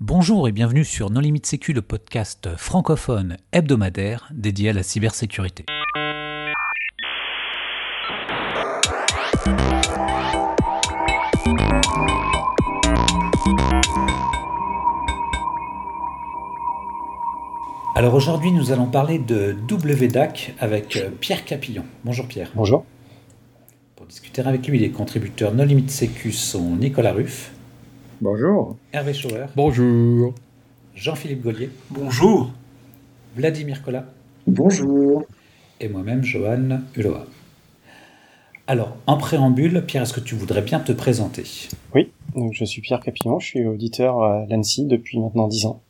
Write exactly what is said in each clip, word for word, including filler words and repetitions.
Bonjour et bienvenue sur Non Limite Sécu, le podcast francophone hebdomadaire dédié à la cybersécurité. Alors aujourd'hui, nous allons parler de W D A C avec Pierre Capillon. Bonjour Pierre. Bonjour. Pour discuter avec lui, les contributeurs Non Limite Sécu sont Nicolas Ruff. Bonjour. Hervé Schauer. Bonjour. Jean-Philippe Gaulier. Bonjour. Vladimir Collat. Bonjour. Et moi-même, Johan Hulot. Alors, en préambule, Pierre, est-ce que tu voudrais bien te présenter ? Oui, donc je suis Pierre Capillon, je suis auditeur à l'A N S I depuis maintenant dix ans.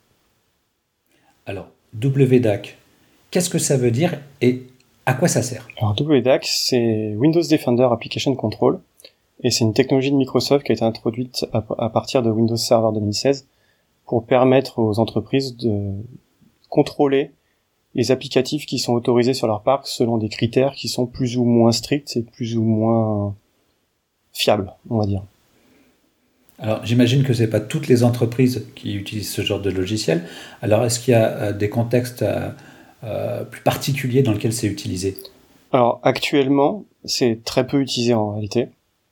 Alors, W D A C, qu'est-ce que ça veut dire et à quoi ça sert ? Alors W D A C, c'est Windows Defender Application Control, et c'est une technologie de Microsoft qui a été introduite à, à partir de Windows Server deux mille seize pour permettre aux entreprises de contrôler les applicatifs qui sont autorisés sur leur parc selon des critères qui sont plus ou moins stricts et plus ou moins fiables, on va dire. Alors, j'imagine que ce n'est pas toutes les entreprises qui utilisent ce genre de logiciel. Alors, est-ce qu'il y a euh, des contextes euh, euh, plus particuliers dans lesquels c'est utilisé ? Alors, actuellement, c'est très peu utilisé en réalité.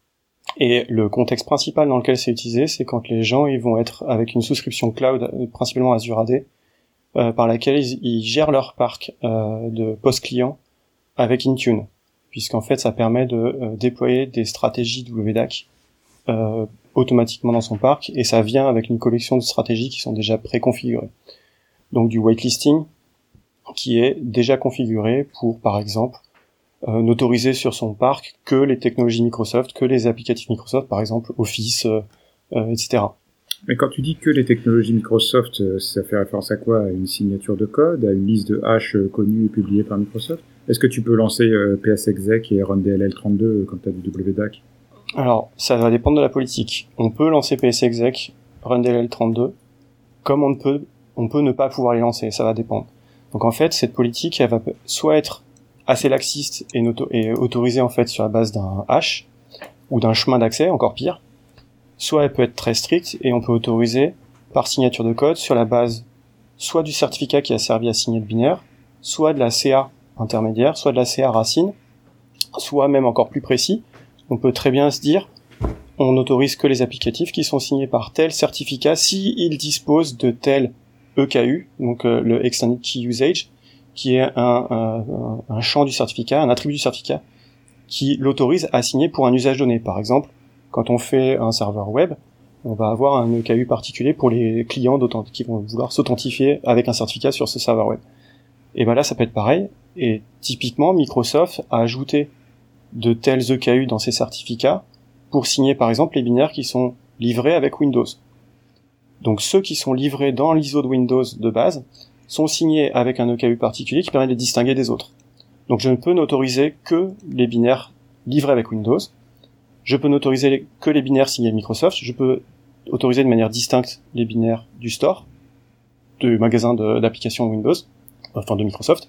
Et le contexte principal dans lequel c'est utilisé, c'est quand les gens ils vont être avec une souscription cloud, principalement Azure A D, euh, par laquelle ils, ils gèrent leur parc euh, de post-clients avec Intune, puisqu'en fait ça permet de euh, déployer des stratégies W D A C euh, automatiquement dans son parc, et ça vient avec une collection de stratégies qui sont déjà préconfigurées. Donc du whitelisting qui est déjà configuré pour, par exemple, Euh, n'autoriser sur son parc que les technologies Microsoft, que les applicatifs Microsoft, par exemple Office, euh, euh, et cetera. Mais quand tu dis que les technologies Microsoft, euh, ça fait référence à quoi ? À une signature de code, à une liste de hash euh, connue et publiée par Microsoft ? Est-ce que tu peux lancer euh, P S Exec et Run D L L trente-deux euh, quand tu as du W D A C ? Alors, ça va dépendre de la politique. On peut lancer P S Exec, Run D L L trente-deux, comme on ne peut, on peut ne pas pouvoir les lancer, ça va dépendre. Donc en fait, cette politique, elle va soit être assez laxiste et, noto- et autorisée en fait sur la base d'un hash ou d'un chemin d'accès, encore pire. Soit elle peut être très stricte et on peut autoriser par signature de code sur la base soit du certificat qui a servi à signer le binaire, soit de la C A intermédiaire, soit de la C A racine, soit même encore plus précis, on peut très bien se dire on n'autorise que les applicatifs qui sont signés par tel certificat si ils disposent de tel E K U, donc euh, le Extended Key Usage, qui est un, un, un champ du certificat, un attribut du certificat, qui l'autorise à signer pour un usage donné. Par exemple, quand on fait un serveur web, on va avoir un E K U particulier pour les clients qui vont vouloir s'authentifier avec un certificat sur ce serveur web. Et ben là, ça peut être pareil. Et typiquement, Microsoft a ajouté de tels E K U dans ses certificats pour signer, par exemple, les binaires qui sont livrés avec Windows. Donc ceux qui sont livrés dans l'I S O de Windows de base sont signés avec un E K U particulier qui permet de les distinguer des autres. Donc je ne peux n'autoriser que les binaires livrés avec Windows, je peux n'autoriser que les binaires signés Microsoft, je peux autoriser de manière distincte les binaires du store, du magasin de, d'applications Windows, enfin de Microsoft,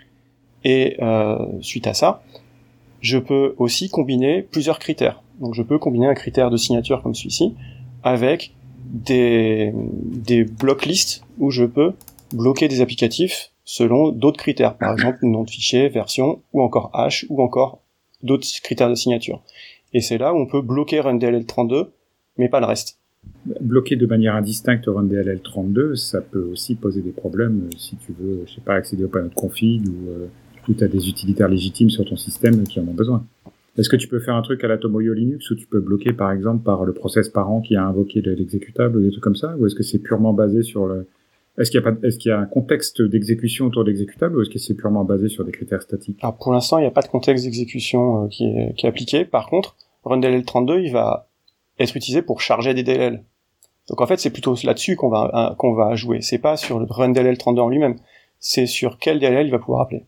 et euh, suite à ça, je peux aussi combiner plusieurs critères. Donc je peux combiner un critère de signature comme celui-ci avec des, des block lists où je peux bloquer des applicatifs selon d'autres critères, par exemple nom de fichier, version, ou encore hash, ou encore d'autres critères de signature. Et c'est là où on peut bloquer Run D L L trente-deux, mais pas le reste. Bloquer de manière indistincte Run D L L trente-deux, ça peut aussi poser des problèmes si tu veux, je sais pas, accéder au panneau de config ou euh, où tu as des utilitaires légitimes sur ton système qui en ont besoin. Est-ce que tu peux faire un truc à la Tomoyo Linux où tu peux bloquer par exemple par le process parent qui a invoqué l'exécutable ou des trucs comme ça, ou est-ce que c'est purement basé sur le Est-ce qu'il y a pas, est-ce qu'il y a un contexte d'exécution autour de l'exécutable ou est-ce que c'est purement basé sur des critères statiques ? Alors pour l'instant, il n'y a pas de contexte d'exécution euh, qui, est, qui est appliqué. Par contre, Run D L L trente-deux, il va être utilisé pour charger des D L L. Donc en fait, c'est plutôt là-dessus qu'on va euh, qu'on va jouer. C'est pas sur le Run D L L trente-deux en lui-même. C'est sur quel D L L il va pouvoir appeler.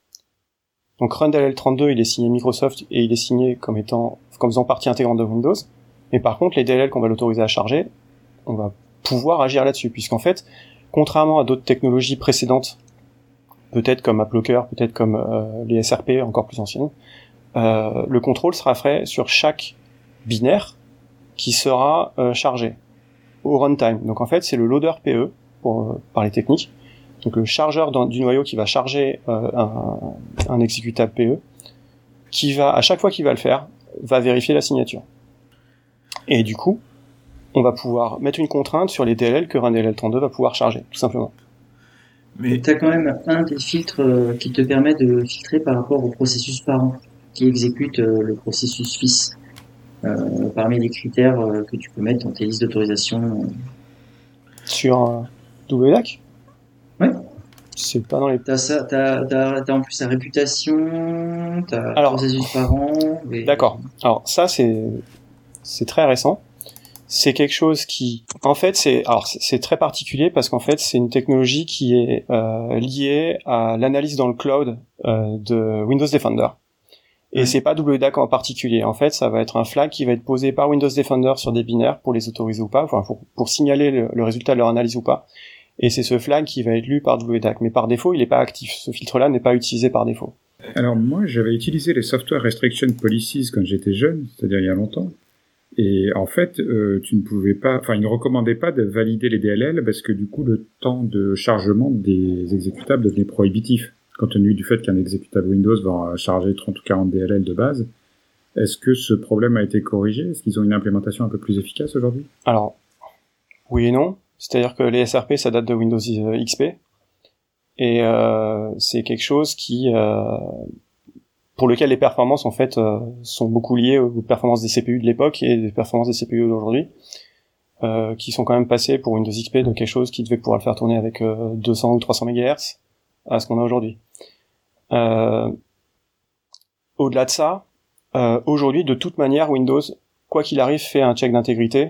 Donc Run D L L trente-deux, il est signé Microsoft et il est signé comme étant comme faisant partie intégrante de Windows. Mais par contre, les D L L qu'on va l'autoriser à charger, on va pouvoir agir là-dessus, puisqu'en fait, contrairement à d'autres technologies précédentes, peut-être comme AppLocker, peut-être comme euh, les S R P encore plus anciennes, euh, le contrôle sera fait sur chaque binaire qui sera euh, chargé. au runtime. Donc en fait, c'est le loader P E pour euh, parler technique. Donc le chargeur dans, du noyau qui va charger euh, un, un exécutable P E, qui va à chaque fois qu'il va le faire, va vérifier la signature. Et du coup, on va pouvoir mettre une contrainte sur les D L L que RunDLL trente-deux va pouvoir charger, tout simplement. Mais tu as quand même un des filtres euh, qui te permet de filtrer par rapport au processus parent qui exécute euh, le processus fils. Euh, parmi les critères euh, que tu peux mettre dans tes listes d'autorisation. Euh... Sur euh, W D A C ? Ouais. C'est pas dans les... T'as ça, t'as, t'as, t'as en plus sa réputation, t'as le processus parent. Et... D'accord. Alors ça, c'est, c'est très récent. C'est quelque chose qui, en fait, c'est, alors c'est très particulier parce qu'en fait, c'est une technologie qui est euh, liée à l'analyse dans le cloud euh, de Windows Defender. Et ouais. C'est pas W D A C en particulier. En fait, ça va être un flag qui va être posé par Windows Defender sur des binaires pour les autoriser ou pas, enfin pour, pour signaler le, le résultat de leur analyse ou pas. Et c'est ce flag qui va être lu par W D A C. Mais par défaut, il n'est pas actif. Ce filtre-là n'est pas utilisé par défaut. Alors moi, j'avais utilisé les Software Restriction Policies quand j'étais jeune, c'est-à-dire il y a longtemps. Et en fait, euh, tu ne pouvais pas, enfin, ils ne recommandaient pas de valider les D L L parce que du coup, le temps de chargement des exécutables devenait prohibitif, compte tenu du fait qu'un exécutable Windows va charger trente ou quarante D L L de base. Est-ce que ce problème a été corrigé ? Est-ce qu'ils ont une implémentation un peu plus efficace aujourd'hui ? Alors, oui et non. C'est-à-dire que les S R P, ça date de Windows X P. Et euh, c'est quelque chose qui... Euh, pour lequel les performances en fait euh, sont beaucoup liées aux performances des C P U de l'époque et des performances des C P U d'aujourd'hui, euh, qui sont quand même passées pour Windows X P de quelque chose qui devait pouvoir le faire tourner avec euh, deux cents ou trois cents mégahertz à ce qu'on a aujourd'hui. Euh, au-delà de ça, euh, aujourd'hui, de toute manière, Windows, quoi qu'il arrive, fait un check d'intégrité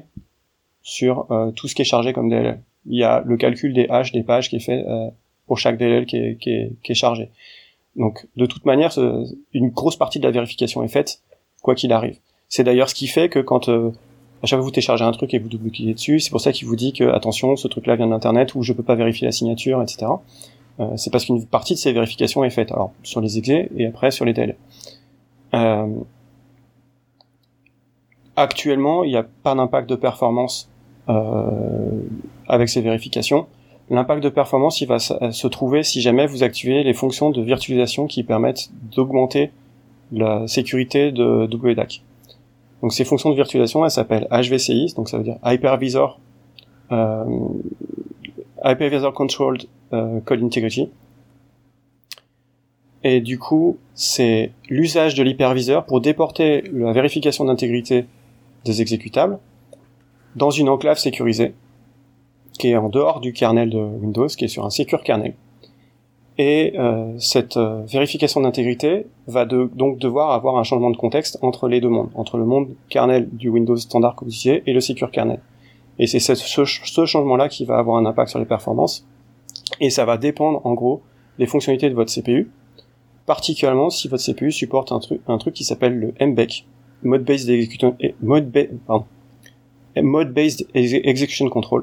sur euh, tout ce qui est chargé comme D L L. Il y a le calcul des hash des pages qui est fait euh, pour chaque D L L qui est, qui est, qui est chargé. Donc, de toute manière, une grosse partie de la vérification est faite, quoi qu'il arrive. C'est d'ailleurs ce qui fait que quand, euh, à chaque fois que vous téléchargez un truc et vous double-cliquez dessus, c'est pour ça qu'il vous dit que, attention, ce truc-là vient d'Internet ou je peux pas vérifier la signature, et cetera. Euh, c'est parce qu'une partie de ces vérifications est faite. Alors, sur les exés et après sur les D L L. Euh, actuellement, il n'y a pas d'impact de performance euh, avec ces vérifications. L'impact de performance, il va se trouver si jamais vous activez les fonctions de virtualisation qui permettent d'augmenter la sécurité de W D A C. Donc ces fonctions de virtualisation, elles s'appellent H V C I, donc ça veut dire Hypervisor, euh, Hypervisor Controlled euh, Code Integrity. Et du coup, c'est l'usage de l'hyperviseur pour déporter la vérification d'intégrité des exécutables dans une enclave sécurisée, qui est en dehors du kernel de Windows, qui est sur un secure kernel. Et euh, cette euh, vérification d'intégrité va de, donc devoir avoir un changement de contexte entre les deux mondes, entre le monde kernel du Windows standard codifié et le secure kernel. Et c'est ce, ce, ce changement-là qui va avoir un impact sur les performances, et ça va dépendre en gros des fonctionnalités de votre C P U, particulièrement si votre C P U supporte un truc, un truc qui s'appelle le M B E C, Mode Based Execution, Mode, ba, pardon, Mode Based Execution Control.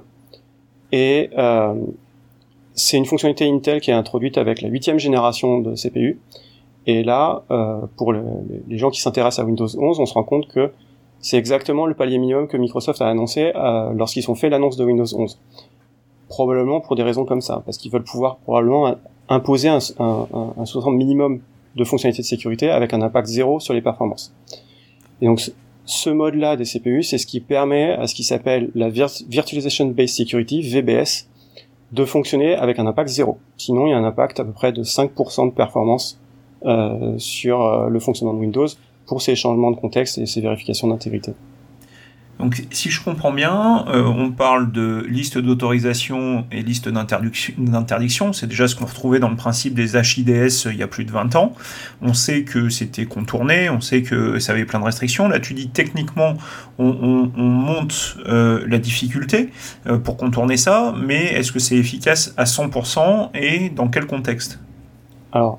Et euh, c'est une fonctionnalité Intel qui est introduite avec la huitième génération de C P U. Et là, euh, pour le, les gens qui s'intéressent à Windows onze, on se rend compte que c'est exactement le palier minimum que Microsoft a annoncé euh, lorsqu'ils ont fait l'annonce de Windows onze. Probablement pour des raisons comme ça, parce qu'ils veulent pouvoir probablement imposer un, un, un, un sous-ensemble minimum de fonctionnalités de sécurité avec un impact zéro sur les performances. Et donc ce mode-là des C P U, c'est ce qui permet à ce qui s'appelle la Virtualization Based Security, V B S, de fonctionner avec un impact zéro. Sinon, il y a un impact à peu près de cinq pour cent de performance euh, sur euh, le fonctionnement de Windows pour ces changements de contexte et ces vérifications d'intégrité. Donc, si je comprends bien, euh, on parle de liste d'autorisation et liste d'interdiction, d'interdiction. C'est déjà ce qu'on retrouvait dans le principe des H I D S il y a plus de vingt ans. On sait que c'était contourné, on sait que ça avait plein de restrictions. Là, tu dis techniquement, on, on, on monte euh, la difficulté euh, pour contourner ça, mais est-ce que c'est efficace à cent pour cent et dans quel contexte ? Alors,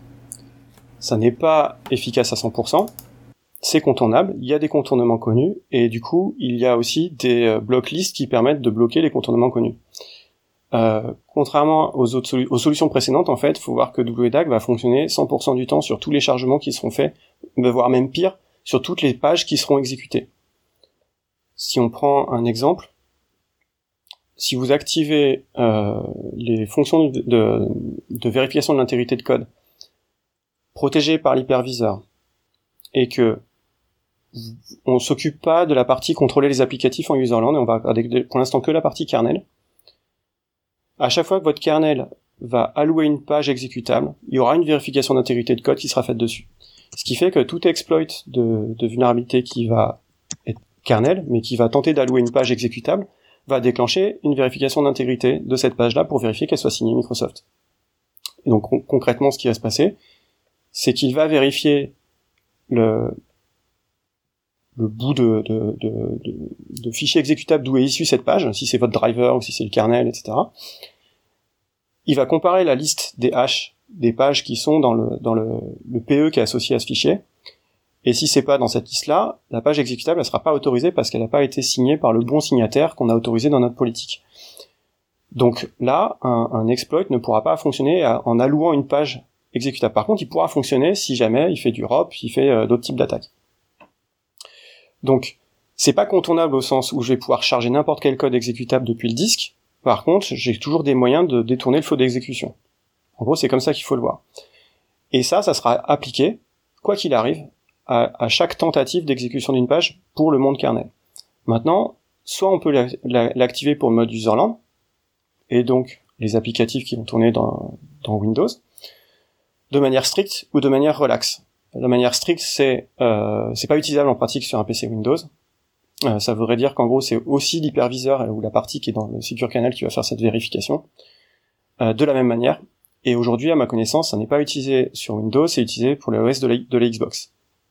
ça n'est pas efficace à cent pour cent. C'est contournable, il y a des contournements connus, et du coup, il y a aussi des euh, block lists qui permettent de bloquer les contournements connus. Euh, contrairement aux autres solu- aux solutions précédentes, en fait, il faut voir que W D A C va fonctionner cent pour cent du temps sur tous les chargements qui seront faits, voire même pire, sur toutes les pages qui seront exécutées. Si on prend un exemple, si vous activez euh, les fonctions de, de, de vérification de l'intégrité de code protégées par l'hyperviseur et que on s'occupe pas de la partie contrôler les applicatifs en userland et on va regarder pour l'instant que la partie kernel, à chaque fois que votre kernel va allouer une page exécutable, il y aura une vérification d'intégrité de code qui sera faite dessus. Ce qui fait que tout exploit de, de vulnérabilité qui va être kernel, mais qui va tenter d'allouer une page exécutable, va déclencher une vérification d'intégrité de cette page-là pour vérifier qu'elle soit signée Microsoft. Et donc con- concrètement, ce qui va se passer, c'est qu'il va vérifier le, le bout de, de, de, de, de fichier exécutable d'où est issue cette page, si c'est votre driver ou si c'est le kernel, et cetera. Il va comparer la liste des hashes des pages qui sont dans le, dans le, le P E qui est associé à ce fichier. Et si c'est pas dans cette liste-là, la page exécutable, elle sera pas autorisée parce qu'elle n'a pas été signée par le bon signataire qu'on a autorisé dans notre politique. Donc là, un, un exploit ne pourra pas fonctionner à, en allouant une page exécutable. Par contre, il pourra fonctionner si jamais il fait du R O P, il fait euh, d'autres types d'attaques. Donc, c'est pas contournable au sens où je vais pouvoir charger n'importe quel code exécutable depuis le disque. Par contre, j'ai toujours des moyens de détourner le flow d'exécution. En gros, c'est comme ça qu'il faut le voir. Et ça, ça sera appliqué, quoi qu'il arrive, à, à chaque tentative d'exécution d'une page pour le monde kernel. Maintenant, soit on peut la, la, l'activer pour le mode userland, et donc les applicatifs qui vont tourner dans, dans Windows, de manière stricte ou de manière relaxe. La manière stricte, c'est euh, c'est pas utilisable en pratique sur un P C Windows. Euh, ça voudrait dire qu'en gros, c'est aussi l'hyperviseur ou la partie qui est dans le Secure Kernel qui va faire cette vérification euh, de la même manière. Et aujourd'hui, à ma connaissance, ça n'est pas utilisé sur Windows, c'est utilisé pour le O S de la, de la Xbox.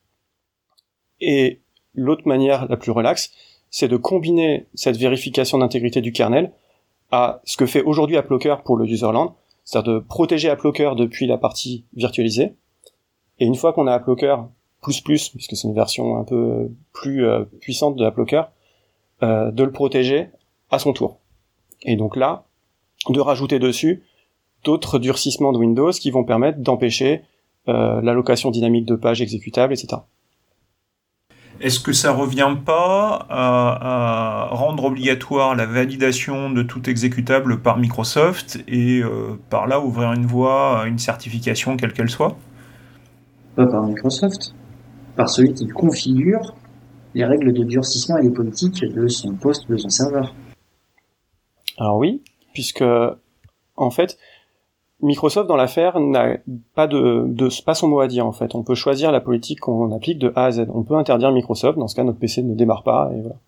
Et l'autre manière la plus relaxe, c'est de combiner cette vérification d'intégrité du kernel à ce que fait aujourd'hui AppLocker pour le userland, c'est-à-dire de protéger AppLocker depuis la partie virtualisée. Et une fois qu'on a AppLocker plus plus, puisque c'est une version un peu plus euh, puissante de AppLocker, euh, de le protéger à son tour. Et donc là, de rajouter dessus d'autres durcissements de Windows qui vont permettre d'empêcher euh, l'allocation dynamique de pages exécutables, et cetera. Est-ce que ça revient pas à, à rendre obligatoire la validation de tout exécutable par Microsoft et euh, par là ouvrir une voie à une certification quelle qu'elle soit ? Pas par Microsoft, par celui qui configure les règles de durcissement et les politiques de son poste, de son serveur. Alors oui, puisque en fait, Microsoft dans l'affaire n'a pas de, de pas son mot à dire en fait. On peut choisir la politique qu'on applique de A à Z. On peut interdire Microsoft, dans ce cas notre P C ne démarre pas et voilà.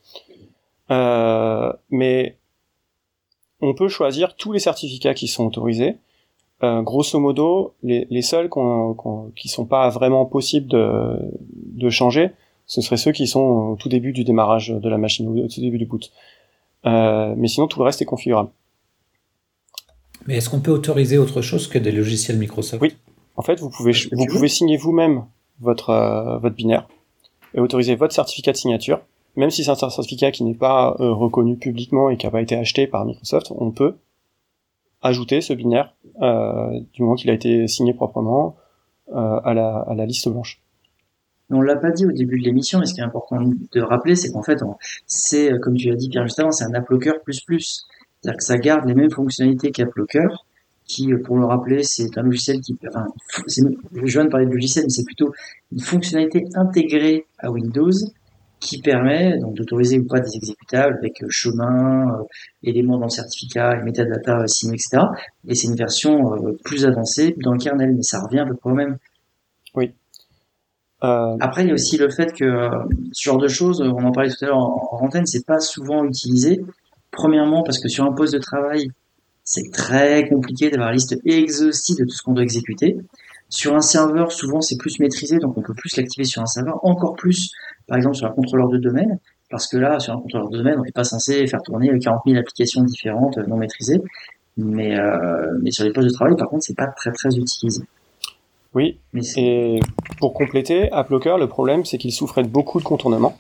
Euh, mais on peut choisir tous les certificats qui sont autorisés. Euh, grosso modo, les, les seuls qu'on, qu'on, qui sont pas vraiment possibles de, de changer, ce seraient ceux qui sont au tout début du démarrage de la machine, ou au tout début du boot. Euh, mais sinon tout le reste est configurable. Mais est-ce qu'on peut autoriser autre chose que des logiciels Microsoft ? Oui. En fait, vous pouvez, vous pouvez signer vous-même votre, euh, votre binaire et autoriser votre certificat de signature. Même si c'est un certificat qui n'est pas euh, reconnu publiquement et qui n'a pas été acheté par Microsoft, on peut ajouter ce binaire, euh, du moment qu'il a été signé proprement, euh, à la, à la liste blanche. On l'a pas dit au début de l'émission, mais ce qui est important de rappeler, c'est qu'en fait, on, c'est, comme tu l'as dit Pierre juste avant, c'est un AppLocker plus plus. C'est-à-dire que ça garde les mêmes fonctionnalités qu'AppLocker, qui, pour le rappeler, c'est un logiciel qui, enfin, c'est, je viens de parler de logiciel, mais c'est plutôt une fonctionnalité intégrée à Windows qui permet donc d'autoriser ou pas des exécutables avec chemin, euh, éléments dans le certificat, et metadata euh, signés, et cetera. Et c'est une version euh, plus avancée dans le kernel, mais ça revient à peu près au même. Oui. Euh... Après, il y a aussi le fait que euh, ce genre de choses, on en parlait tout à l'heure en, en antenne, c'est pas souvent utilisé. Premièrement, parce que sur un poste de travail, c'est très compliqué d'avoir la liste exhaustive de tout ce qu'on doit exécuter. Sur un serveur, souvent, c'est plus maîtrisé, donc on peut plus l'activer sur un serveur. Encore plus, par exemple, sur un contrôleur de domaine, parce que là, sur un contrôleur de domaine, on n'est pas censé faire tourner quarante mille applications différentes non maîtrisées. Mais, euh, mais sur les postes de travail, par contre, c'est pas très très utilisé. Oui, mais et pour compléter, AppLocker, le problème, c'est qu'il souffrait de beaucoup de contournements.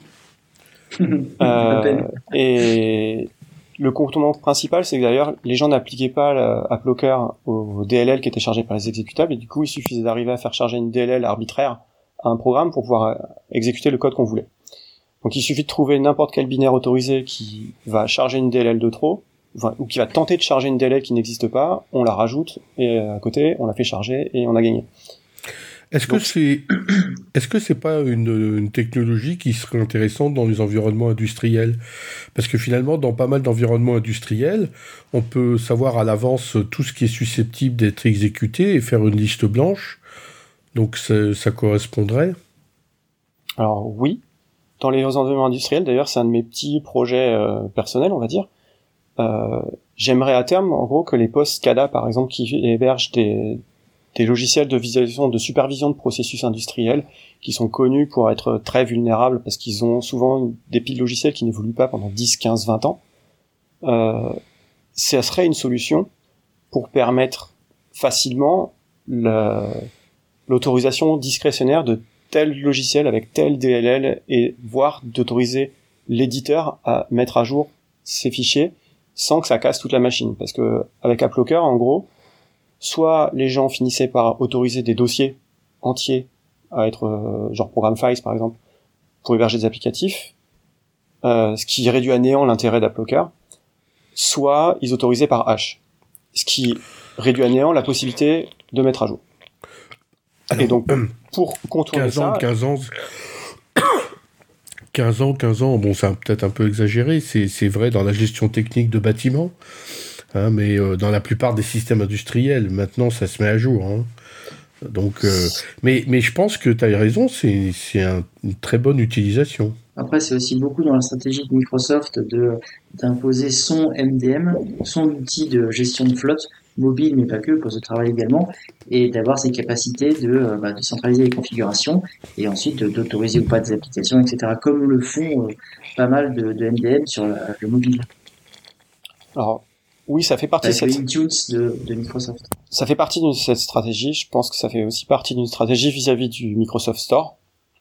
euh, et le contournement principal, c'est que d'ailleurs, les gens n'appliquaient pas AppLocker au D L L qui était chargé par les exécutables, et du coup, il suffisait d'arriver à faire charger une D L L arbitraire à un programme pour pouvoir exécuter le code qu'on voulait. Donc il suffit de trouver n'importe quel binaire autorisé qui va charger une D L L de trop, enfin, ou qui va tenter de charger une D L L qui n'existe pas, on la rajoute et à côté on la fait charger et on a gagné. Est-ce que c'est, est-ce que c'est pas une, une technologie qui serait intéressante dans les environnements industriels? Parce que finalement, dans pas mal d'environnements industriels, on peut savoir à l'avance tout ce qui est susceptible d'être exécuté et faire une liste blanche. Donc ça, ça correspondrait? Alors oui, dans les environnements industriels, d'ailleurs, c'est un de mes petits projets euh, personnels, on va dire. Euh, j'aimerais à terme, en gros, que les postes SCADA, par exemple, qui hébergent des des logiciels de visualisation, de supervision de processus industriels qui sont connus pour être très vulnérables parce qu'ils ont souvent des piles logicielles qui n'évoluent pas pendant dix, quinze, vingt ans. Euh, ça serait une solution pour permettre facilement la, l'autorisation discrétionnaire de tel logiciel avec tel D L L et voire d'autoriser l'éditeur à mettre à jour ces fichiers sans que ça casse toute la machine. Parce que avec AppLocker, en gros, soit les gens finissaient par autoriser des dossiers entiers à être, euh, genre Program Files par exemple, pour héberger des applicatifs, euh, ce qui réduit à néant l'intérêt d'AppLocker, soit ils autorisaient par hash, ce qui réduit à néant la possibilité de mettre à jour. Alors, et donc, pour contourner quinze ans, ça... quinze ans, quinze ans, quinze ans, bon, c'est peut-être un peu exagéré, c'est, c'est vrai dans la gestion technique de bâtiments, hein, mais euh, dans la plupart des systèmes industriels, maintenant, ça se met à jour. Hein. Donc, euh, mais, mais je pense que tu as raison, c'est, c'est un, une très bonne utilisation. Après, c'est aussi beaucoup dans la stratégie de Microsoft de, d'imposer son M D M, son outil de gestion de flotte, mobile, mais pas que, poste de travail également, et d'avoir ces capacités de, bah, de centraliser les configurations, et ensuite d'autoriser ou pas des applications, et cetera, comme le font euh, pas mal de, de M D M sur la, le mobile. Alors, oui, ça fait partie Avec de cette... Intune de, de Microsoft. Ça fait partie de cette stratégie. Je pense que ça fait aussi partie d'une stratégie vis-à-vis du Microsoft Store.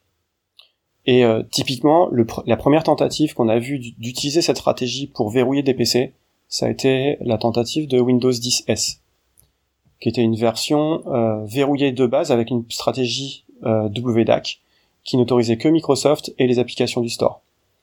Et euh, typiquement, le pr- la première tentative qu'on a vue d'utiliser cette stratégie pour verrouiller des P C, ça a été la tentative de Windows dix S, qui était une version euh, verrouillée de base avec une stratégie euh, W D A C qui n'autorisait que Microsoft et les applications du store.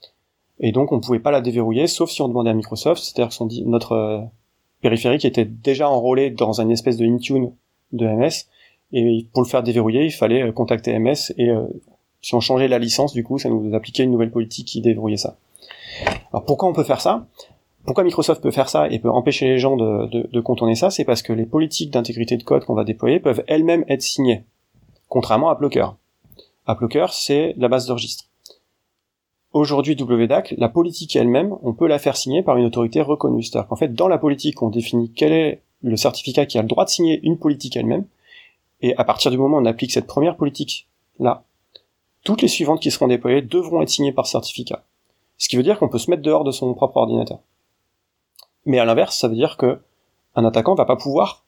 Et donc on pouvait pas la déverrouiller, sauf si on demandait à Microsoft, c'est-à-dire que son, notre euh, périphérique était déjà enrôlé dans une espèce de Intune de M S, et pour le faire déverrouiller, il fallait euh, contacter M S, et euh, si on changeait la licence, du coup, ça nous appliquait une nouvelle politique qui déverrouillait ça. Alors pourquoi on peut faire ça ? Pourquoi Microsoft peut faire ça et peut empêcher les gens de, de, de contourner ça ? C'est parce que les politiques d'intégrité de code qu'on va déployer peuvent elles-mêmes être signées, contrairement à AppLocker. AppLocker, c'est la base de registre. Aujourd'hui, W D A C, la politique elle-même, on peut la faire signer par une autorité reconnue. C'est-à-dire qu'en fait, dans la politique, on définit quel est le certificat qui a le droit de signer une politique elle-même, et à partir du moment où on applique cette première politique-là, toutes les suivantes qui seront déployées devront être signées par certificat. Ce qui veut dire qu'on peut se mettre dehors de son propre ordinateur. Mais à l'inverse, ça veut dire que un attaquant va pas pouvoir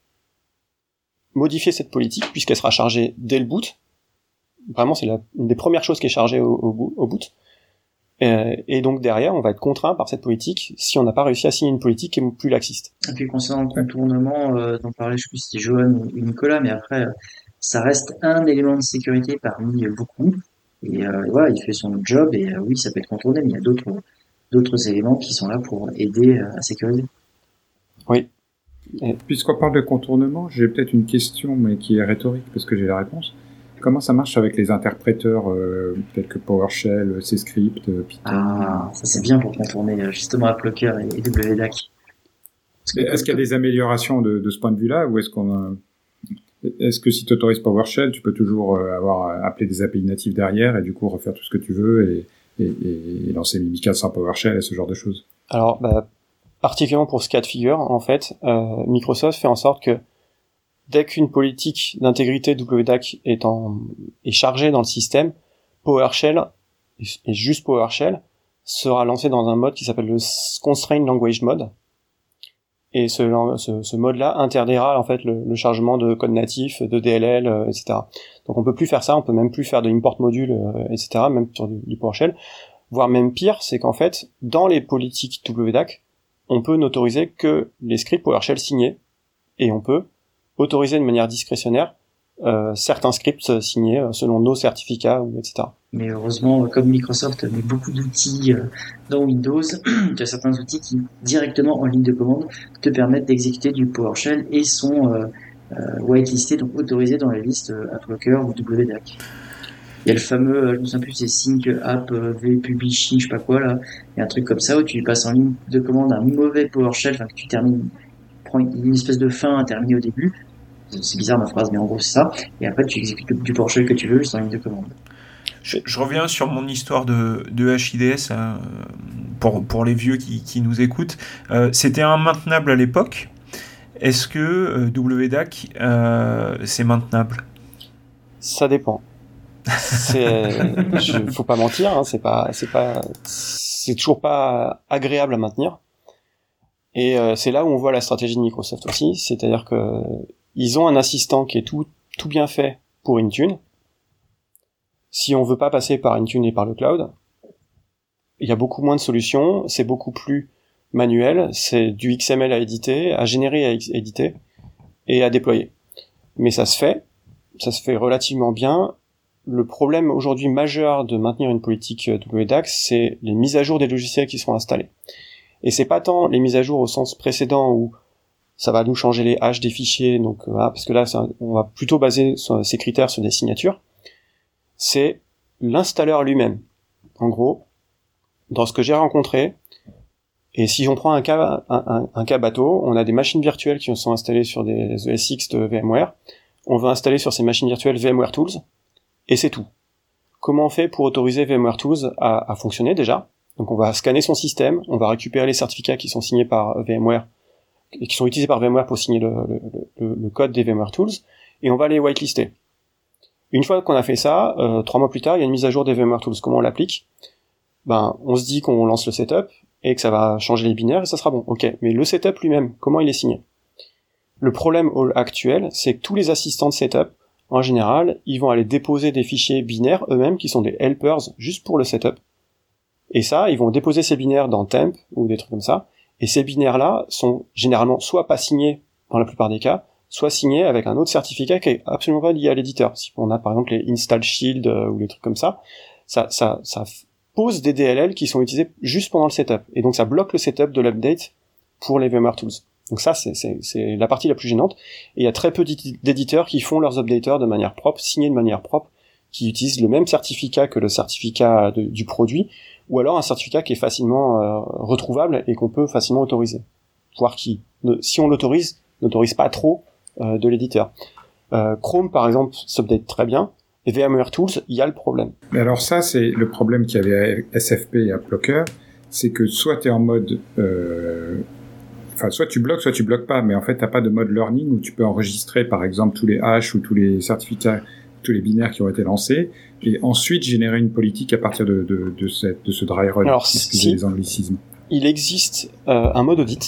modifier cette politique puisqu'elle sera chargée dès le boot. Vraiment, c'est la, une des premières choses qui est chargée au, au, au boot. Euh, et donc derrière, on va être contraint par cette politique si on n'a pas réussi à signer une politique qui est plus laxiste. Et puis concernant le contournement euh, dont parlait, je sais plus si c'était Johan ou Nicolas, mais après, euh, ça reste un élément de sécurité parmi beaucoup. Et euh, voilà, il fait son job et euh, oui, ça peut être contourné, mais il y a d'autres d'autres éléments qui sont là pour aider euh, à sécuriser. Oui. Et... Puisqu'on parle de contournement, j'ai peut-être une question, mais qui est rhétorique parce que j'ai la réponse. Comment ça marche avec les interpréteurs euh, tels que PowerShell, C-Script, Python ? Ah, ça c'est bien pour contourner justement AppLocker et, et W D A C. Est-ce qu'il y a des améliorations de, de ce point de vue-là, ou est-ce qu'on a... Est-ce que si tu autorises PowerShell, tu peux toujours euh, avoir appelé des A P I natifs derrière et du coup refaire tout ce que tu veux et, et, et lancer Mimica sans PowerShell et ce genre de choses ? Alors, bah, particulièrement pour ce cas de figure, en fait, euh, Microsoft fait en sorte que dès qu'une politique d'intégrité W D A C est, en, est chargée dans le système, PowerShell, et juste PowerShell, sera lancé dans un mode qui s'appelle le Constrained Language Mode. Et ce, ce, ce mode-là interdira en fait le, le chargement de code natif, de D L L, euh, et cetera. Donc on peut plus faire ça, on peut même plus faire de import module, euh, et cetera. Même sur du, du PowerShell. Voire même pire, c'est qu'en fait, dans les politiques W D A C, on peut n'autoriser que les scripts PowerShell signés, et on peut autoriser de manière discrétionnaire euh, certains scripts signés euh, selon nos certificats, et cetera. Mais heureusement, comme Microsoft met beaucoup d'outils dans Windows, tu as certains outils qui, directement en ligne de commande, te permettent d'exécuter du PowerShell et sont euh, euh, whitelistés, donc autorisés dans la liste AppLocker ou W D A C. Il y a le fameux, je me souviens plus, c'est Sync App vPublishing, je sais pas quoi, là. Il y a un truc comme ça où tu passes en ligne de commande un mauvais PowerShell, enfin que tu termines, prends une espèce de fin à terminer au début. C'est bizarre ma phrase, mais en gros c'est ça. Et après tu exécutes du PowerShell que tu veux juste en ligne de commande. Je, je reviens sur mon histoire de, de H I D S euh, pour, pour les vieux qui, qui nous écoutent. Euh, c'était immaintenable à l'époque. Est-ce que euh, W D A C, euh, c'est maintenable ? Ça dépend. C'est, je, faut pas mentir, hein, c'est pas, c'est pas, c'est toujours pas agréable à maintenir. Et euh, c'est là où on voit la stratégie de Microsoft aussi, c'est-à-dire que ils ont un assistant qui est tout, tout bien fait pour Intune. Si on veut pas passer par Intune et par le cloud, il y a beaucoup moins de solutions, c'est beaucoup plus manuel, c'est du X M L à éditer, à générer, à éditer et à déployer. Mais ça se fait, ça se fait relativement bien. Le problème aujourd'hui majeur de maintenir une politique W D A C, c'est les mises à jour des logiciels qui sont installés. Et c'est pas tant les mises à jour au sens précédent où ça va nous changer les hash des fichiers, donc ah, parce que là ça, on va plutôt baser ces critères sur des signatures. C'est l'installeur lui-même. En gros, dans ce que j'ai rencontré, et si on prend un cas, un, un, un cas bateau, on a des machines virtuelles qui sont installées sur des E S X de VMware, on veut installer sur ces machines virtuelles VMware Tools, et c'est tout. Comment on fait pour autoriser VMware Tools à, à fonctionner déjà ? Donc on va scanner son système, on va récupérer les certificats qui sont signés par VMware, et qui sont utilisés par VMware pour signer le, le, le, le code des VMware Tools, et on va les whitelister. Une fois qu'on a fait ça, euh, trois mois plus tard, il y a une mise à jour des VMware Tools. Comment on l'applique ? Ben, on se dit qu'on lance le setup et que ça va changer les binaires et ça sera bon. Ok, mais le setup lui-même, comment il est signé ? Le problème actuel, c'est que tous les assistants de setup, en général, ils vont aller déposer des fichiers binaires eux-mêmes qui sont des helpers juste pour le setup. Et ça, ils vont déposer ces binaires dans Temp ou des trucs comme ça. Et ces binaires-là sont généralement soit pas signés dans la plupart des cas, soit signé avec un autre certificat qui est absolument pas lié à l'éditeur. Si on a par exemple les Install Shield euh, ou les trucs comme ça, ça, ça, ça pose des D L L qui sont utilisés juste pendant le setup. Et donc ça bloque le setup de l'update pour les VMware Tools. Donc ça, c'est, c'est, c'est la partie la plus gênante. Et il y a très peu d'éditeurs qui font leurs updaters de manière propre, signés de manière propre, qui utilisent le même certificat que le certificat de, du produit, ou alors un certificat qui est facilement euh, retrouvable et qu'on peut facilement autoriser. Voire qui, ne, si on l'autorise, n'autorise pas trop euh, de l'éditeur. Euh, Chrome, par exemple, s'update très bien, et VMware Tools, il y a le problème. Mais alors ça, c'est le problème qu'il y avait avec S F P et AppLocker, c'est que soit tu es en mode... Euh, enfin, soit tu bloques, soit tu bloques pas, mais en fait, t'as pas de mode learning où tu peux enregistrer, par exemple, tous les hashes ou tous les certificats, tous les binaires qui ont été lancés, et ensuite générer une politique à partir de, de, de, cette, de ce dry run. Alors, excusez si les anglicismes. Il existe euh, un mode audit,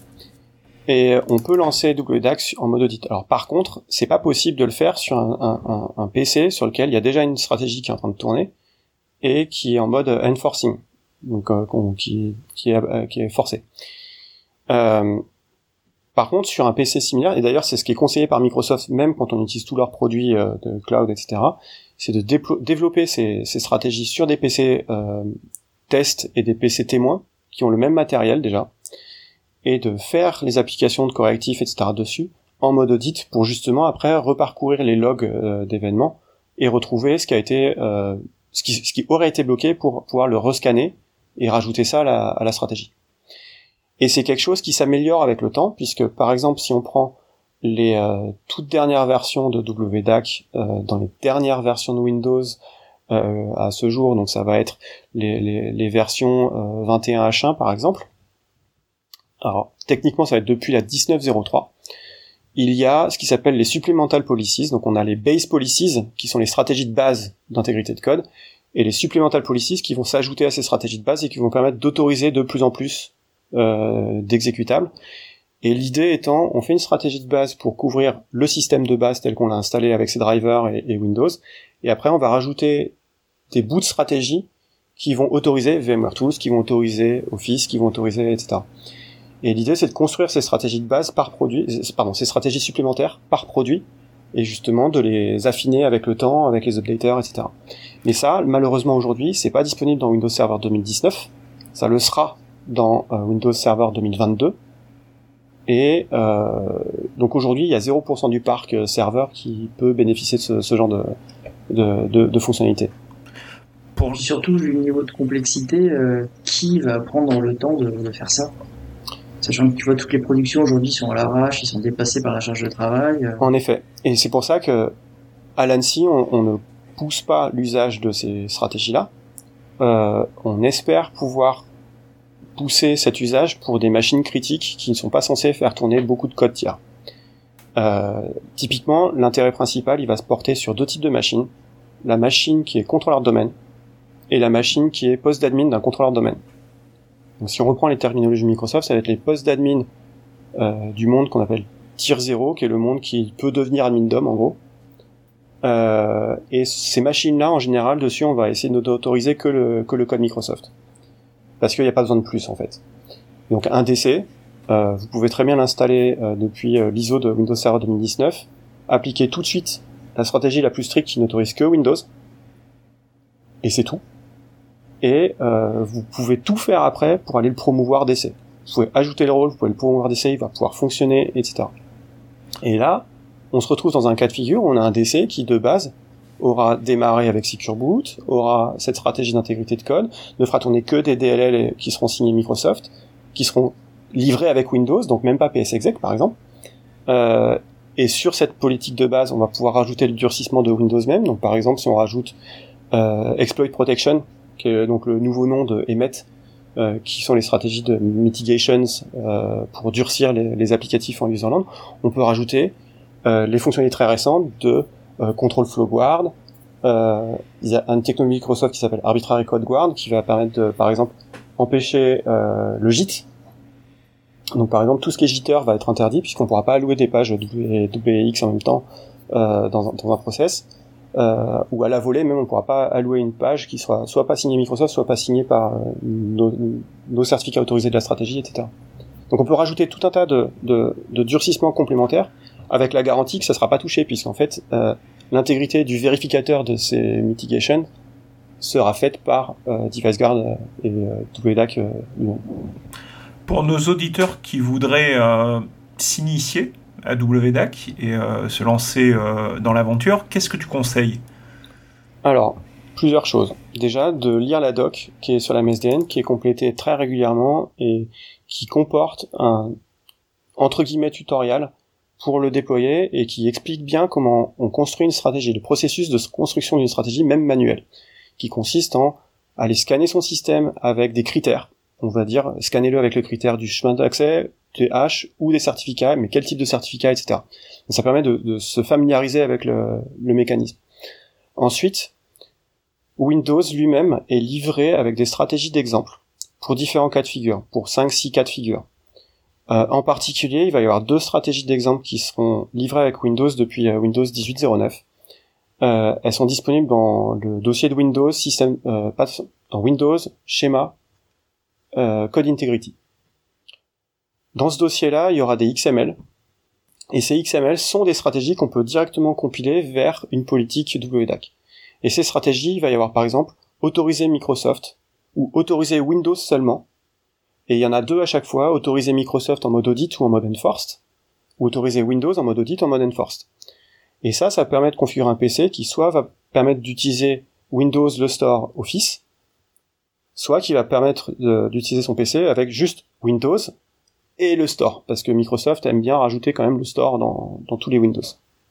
et on peut lancer W D A C en mode audit. Alors par contre, c'est pas possible de le faire sur un, un, un, un P C sur lequel il y a déjà une stratégie qui est en train de tourner, et qui est en mode enforcing, donc euh, qui, qui, est, euh, qui est forcé. Euh, par contre, sur un P C similaire, et d'ailleurs c'est ce qui est conseillé par Microsoft, même quand on utilise tous leurs produits euh, de cloud, et cetera, c'est de déplo- développer ces, ces stratégies sur des P C euh, test et des P C témoins, qui ont le même matériel déjà, et de faire les applications de correctifs, et cetera dessus, en mode audit, pour justement après reparcourir les logs euh, d'événements, et retrouver ce qui a été, euh, ce qui, ce qui aurait été bloqué pour pouvoir le rescanner, et rajouter ça à la, à la stratégie. Et c'est quelque chose qui s'améliore avec le temps, puisque par exemple si on prend les euh, toutes dernières versions de W D A C euh, dans les dernières versions de Windows euh, à ce jour, donc ça va être les, les, les versions euh, vingt et un H un par exemple. Alors techniquement ça va être depuis la dix-neuf zéro trois. Il y a ce qui s'appelle les supplemental policies, donc on a les base policies qui sont les stratégies de base d'intégrité de code, et les supplemental policies qui vont s'ajouter à ces stratégies de base et qui vont permettre d'autoriser de plus en plus Euh, d'exécutables. Et l'idée étant, on fait une stratégie de base pour couvrir le système de base tel qu'on l'a installé avec ses drivers et, et Windows, et après on va rajouter des bouts de stratégie qui vont autoriser VMware Tools, qui vont autoriser Office, qui vont autoriser et cetera. Et l'idée c'est de construire ces stratégies de base par produit, pardon, ces stratégies supplémentaires par produit, et justement de les affiner avec le temps, avec les updaters, et cetera. Mais ça, malheureusement aujourd'hui, c'est pas disponible dans Windows Server deux mille dix-neuf. Ça le sera dans euh, Windows Server deux mille vingt-deux. Et euh, donc aujourd'hui, il y a zéro pour cent du parc euh, serveur qui peut bénéficier de ce, ce genre de, de, de, de fonctionnalités. Pour... Surtout, vu le niveau de complexité, euh, qui va prendre le temps de, de faire ça ? Sachant que tu vois, toutes les productions aujourd'hui sont à l'arrache, ils sont dépassés par la charge de travail. Euh... En effet. Et c'est pour ça que à l'ANSSI, on, on ne pousse pas l'usage de ces stratégies-là. Euh, on espère pouvoir pousser cet usage pour des machines critiques qui ne sont pas censées faire tourner beaucoup de code tiers. Euh, typiquement, l'intérêt principal, il va se porter sur deux types de machines. La machine qui est contrôleur de domaine et la machine qui est poste d'admin d'un contrôleur de domaine. Donc si on reprend les terminologies Microsoft, ça va être les postes d'admin euh, du monde qu'on appelle tier zéro, qui est le monde qui peut devenir admin dom en gros. Euh, et ces machines-là, en général, dessus, on va essayer d'autoriser que le, que le code Microsoft. Parce qu'il n'y a pas besoin de plus, en fait. Donc un D C, euh, vous pouvez très bien l'installer euh, depuis euh, l'I S O de Windows Server deux mille dix-neuf, appliquer tout de suite la stratégie la plus stricte qui n'autorise que Windows, et c'est tout. Et euh, vous pouvez tout faire après pour aller le promouvoir D C. Vous pouvez ajouter le rôle, vous pouvez le promouvoir D C, il va pouvoir fonctionner, et cetera. Et là, on se retrouve dans un cas de figure où on a un D C qui, de base, aura démarré avec Secure Boot, aura cette stratégie d'intégrité de code, ne fera tourner que des D L L qui seront signés Microsoft, qui seront livrés avec Windows, donc même pas P S Exec par exemple. Euh, et sur cette politique de base, on va pouvoir rajouter le durcissement de Windows même. Donc par exemple, si on rajoute euh, Exploit Protection, qui est donc le nouveau nom de E M E T, euh, qui sont les stratégies de mitigations euh, pour durcir les, les applicatifs en userland, on peut rajouter euh, les fonctionnalités très récentes de euh, Control Flow Guard. Euh, il y a une technologie Microsoft qui s'appelle Arbitrary Code Guard, qui va permettre de, par exemple, empêcher euh, le JIT. Donc par exemple, tout ce qui est jitter va être interdit, puisqu'on ne pourra pas allouer des pages W W X en même temps euh, dans, dans un process. Euh, ou à la volée même, on ne pourra pas allouer une page qui soit soit pas signée Microsoft, soit pas signée par euh, nos, nos certificats autorisés de la stratégie, et cetera. Donc on peut rajouter tout un tas de, de, de durcissements complémentaires avec la garantie que ça ne sera pas touché, puisqu'en fait euh, l'intégrité du vérificateur de ces mitigations sera faite par euh, DeviceGuard et euh, W D A C. Euh, Pour nos auditeurs qui voudraient euh, s'initier à W D A C et euh, se lancer euh, dans l'aventure, qu'est-ce que tu conseilles ? Alors, plusieurs choses. Déjà, de lire la doc qui est sur la M S D N, qui est complétée très régulièrement et qui comporte un, entre guillemets, tutoriel pour le déployer et qui explique bien comment on construit une stratégie, le processus de construction d'une stratégie, même manuelle, qui consiste en aller scanner son système avec des critères. On va dire, scannez-le avec le critère du chemin d'accès, des hash ou des certificats, mais quel type de certificat, et cetera. Donc ça permet de, de se familiariser avec le, le mécanisme. Ensuite, Windows lui-même est livré avec des stratégies d'exemple pour différents cas de figure, pour cinq six cas de figure. Euh, en particulier, il va y avoir deux stratégies d'exemple qui seront livrées avec Windows depuis euh, Windows dix-huit zéro neuf. Euh, elles sont disponibles dans le dossier de Windows, système, euh, pas de, dans Windows, schéma, euh, Code Integrity. Dans ce dossier-là, il y aura des X M L, et ces X M L sont des stratégies qu'on peut directement compiler vers une politique W D A C. Et ces stratégies, il va y avoir par exemple autoriser Microsoft ou autoriser Windows seulement, et il y en a deux à chaque fois, autoriser Microsoft en mode audit ou en mode enforced, ou autoriser Windows en mode audit ou en mode enforced. Et ça, ça permet de configurer un P C qui soit va permettre d'utiliser Windows, le Store, Office, soit qui va permettre de, d'utiliser son P C avec juste Windows et le Store, parce que Microsoft aime bien rajouter quand même le Store dans, dans tous les Windows.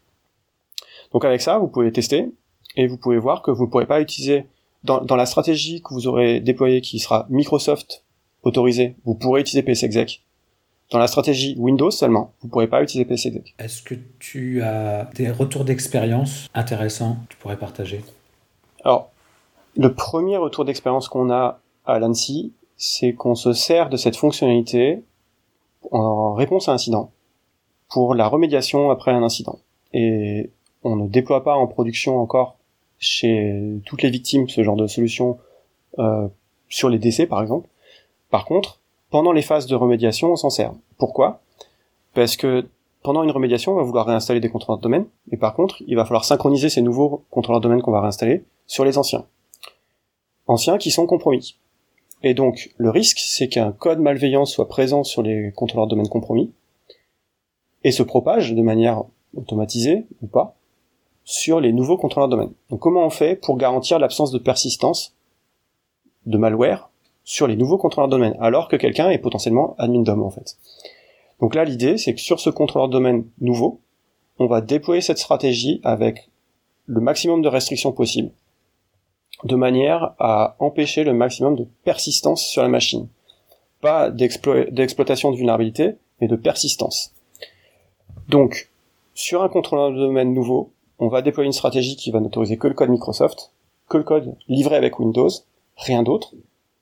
Donc avec ça, vous pouvez tester, et vous pouvez voir que vous ne pourrez pas utiliser, dans, dans la stratégie que vous aurez déployée, qui sera Microsoft autorisée, vous pourrez utiliser P S Exec. Dans la stratégie Windows seulement, vous ne pourrez pas utiliser P S Exec. Est-ce que tu as des retours d'expérience intéressants que tu pourrais partager ? Alors, le premier retour d'expérience qu'on a à l'ANSSI, c'est qu'on se sert de cette fonctionnalité en réponse à un incident pour la remédiation après un incident. Et on ne déploie pas en production encore chez toutes les victimes ce genre de solution euh, sur les D C par exemple. Par contre, pendant les phases de remédiation, on s'en sert. Pourquoi ? Parce que pendant une remédiation, on va vouloir réinstaller des contrôleurs de domaine, et par contre, il va falloir synchroniser ces nouveaux contrôleurs de domaine qu'on va réinstaller sur les anciens. Anciens qui sont compromis. Et donc, le risque, c'est qu'un code malveillant soit présent sur les contrôleurs de domaine compromis, et se propage de manière automatisée, ou pas, sur les nouveaux contrôleurs de domaine. Donc comment on fait pour garantir l'absence de persistance de malware sur les nouveaux contrôleurs de domaine, alors que quelqu'un est potentiellement admin dom en fait. Donc là l'idée c'est que sur ce contrôleur de domaine nouveau, on va déployer cette stratégie avec le maximum de restrictions possibles, de manière à empêcher le maximum de persistance sur la machine. Pas d'explo- d'exploitation de vulnérabilité, mais de persistance. Donc, sur un contrôleur de domaine nouveau, on va déployer une stratégie qui va n'autoriser que le code Microsoft, que le code livré avec Windows, rien d'autre.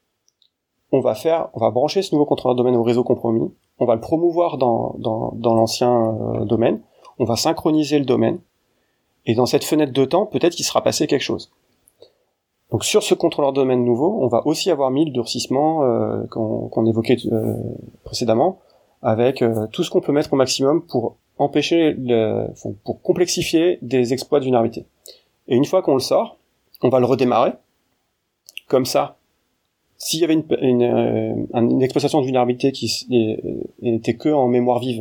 On va faire, on va brancher ce nouveau contrôleur de domaine au réseau compromis, on va le promouvoir dans, dans, dans l'ancien euh, domaine, on va synchroniser le domaine, et dans cette fenêtre de temps, peut-être qu'il sera passé quelque chose. Donc sur ce contrôleur de domaine nouveau, on va aussi avoir mis le durcissement euh, qu'on, qu'on évoquait euh, précédemment, avec euh, tout ce qu'on peut mettre au maximum pour empêcher, le, pour complexifier des exploits de vulnérabilité. Et une fois qu'on le sort, on va le redémarrer. Comme ça, s'il y avait une, une, une, une exploitation de vulnérabilité qui était que en mémoire vive,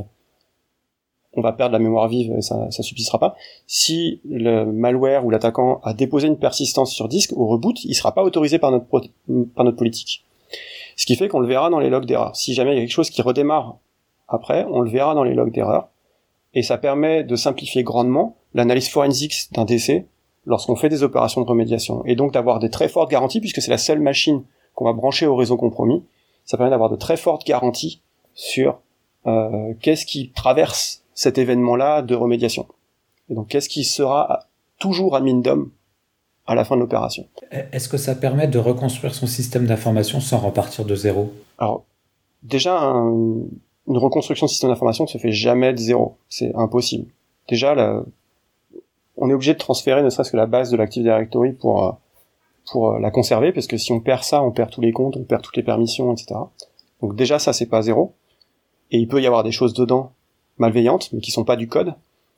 on va perdre la mémoire vive et ça, ça subsistera pas. Si le malware ou l'attaquant a déposé une persistance sur disque, au reboot, il sera pas autorisé par notre, par notre politique. Ce qui fait qu'on le verra dans les logs d'erreur. Si jamais il y a quelque chose qui redémarre après, on le verra dans les logs d'erreur. Et ça permet de simplifier grandement l'analyse forensique d'un D C lorsqu'on fait des opérations de remédiation. Et donc d'avoir des très fortes garanties, puisque c'est la seule machine qu'on va brancher au réseau compromis, ça permet d'avoir de très fortes garanties sur euh, qu'est-ce qui traverse cet événement-là de remédiation. Et donc qu'est-ce qui sera toujours admin dom à la fin de l'opération. Est-ce que ça permet de reconstruire son système d'information sans repartir de zéro ? Alors, déjà, un, une reconstruction de système d'information ne se fait jamais de zéro. C'est impossible. Déjà, là, on est obligé de transférer ne serait-ce que la base de l'Active Directory pour, pour la conserver, parce que si on perd ça, on perd tous les comptes, on perd toutes les permissions, et cetera. Donc déjà, ça, c'est pas zéro. Et il peut y avoir des choses dedans malveillantes, mais qui sont pas du code.